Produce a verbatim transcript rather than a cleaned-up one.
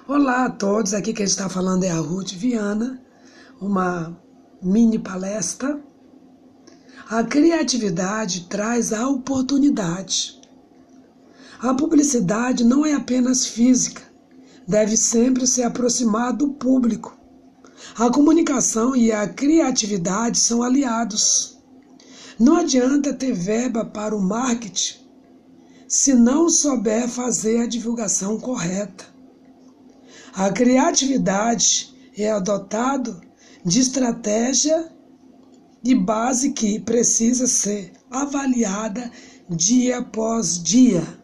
Olá a todos, aqui quem está falando é a Ruth Viana, uma mini palestra. A criatividade traz a oportunidade. A publicidade não é apenas física, deve sempre se aproximar do público. A comunicação e a criatividade são aliados. Não adianta ter verba para o marketing se não souber fazer a divulgação correta. A criatividade é adotado de estratégia e base que precisa ser avaliada dia após dia.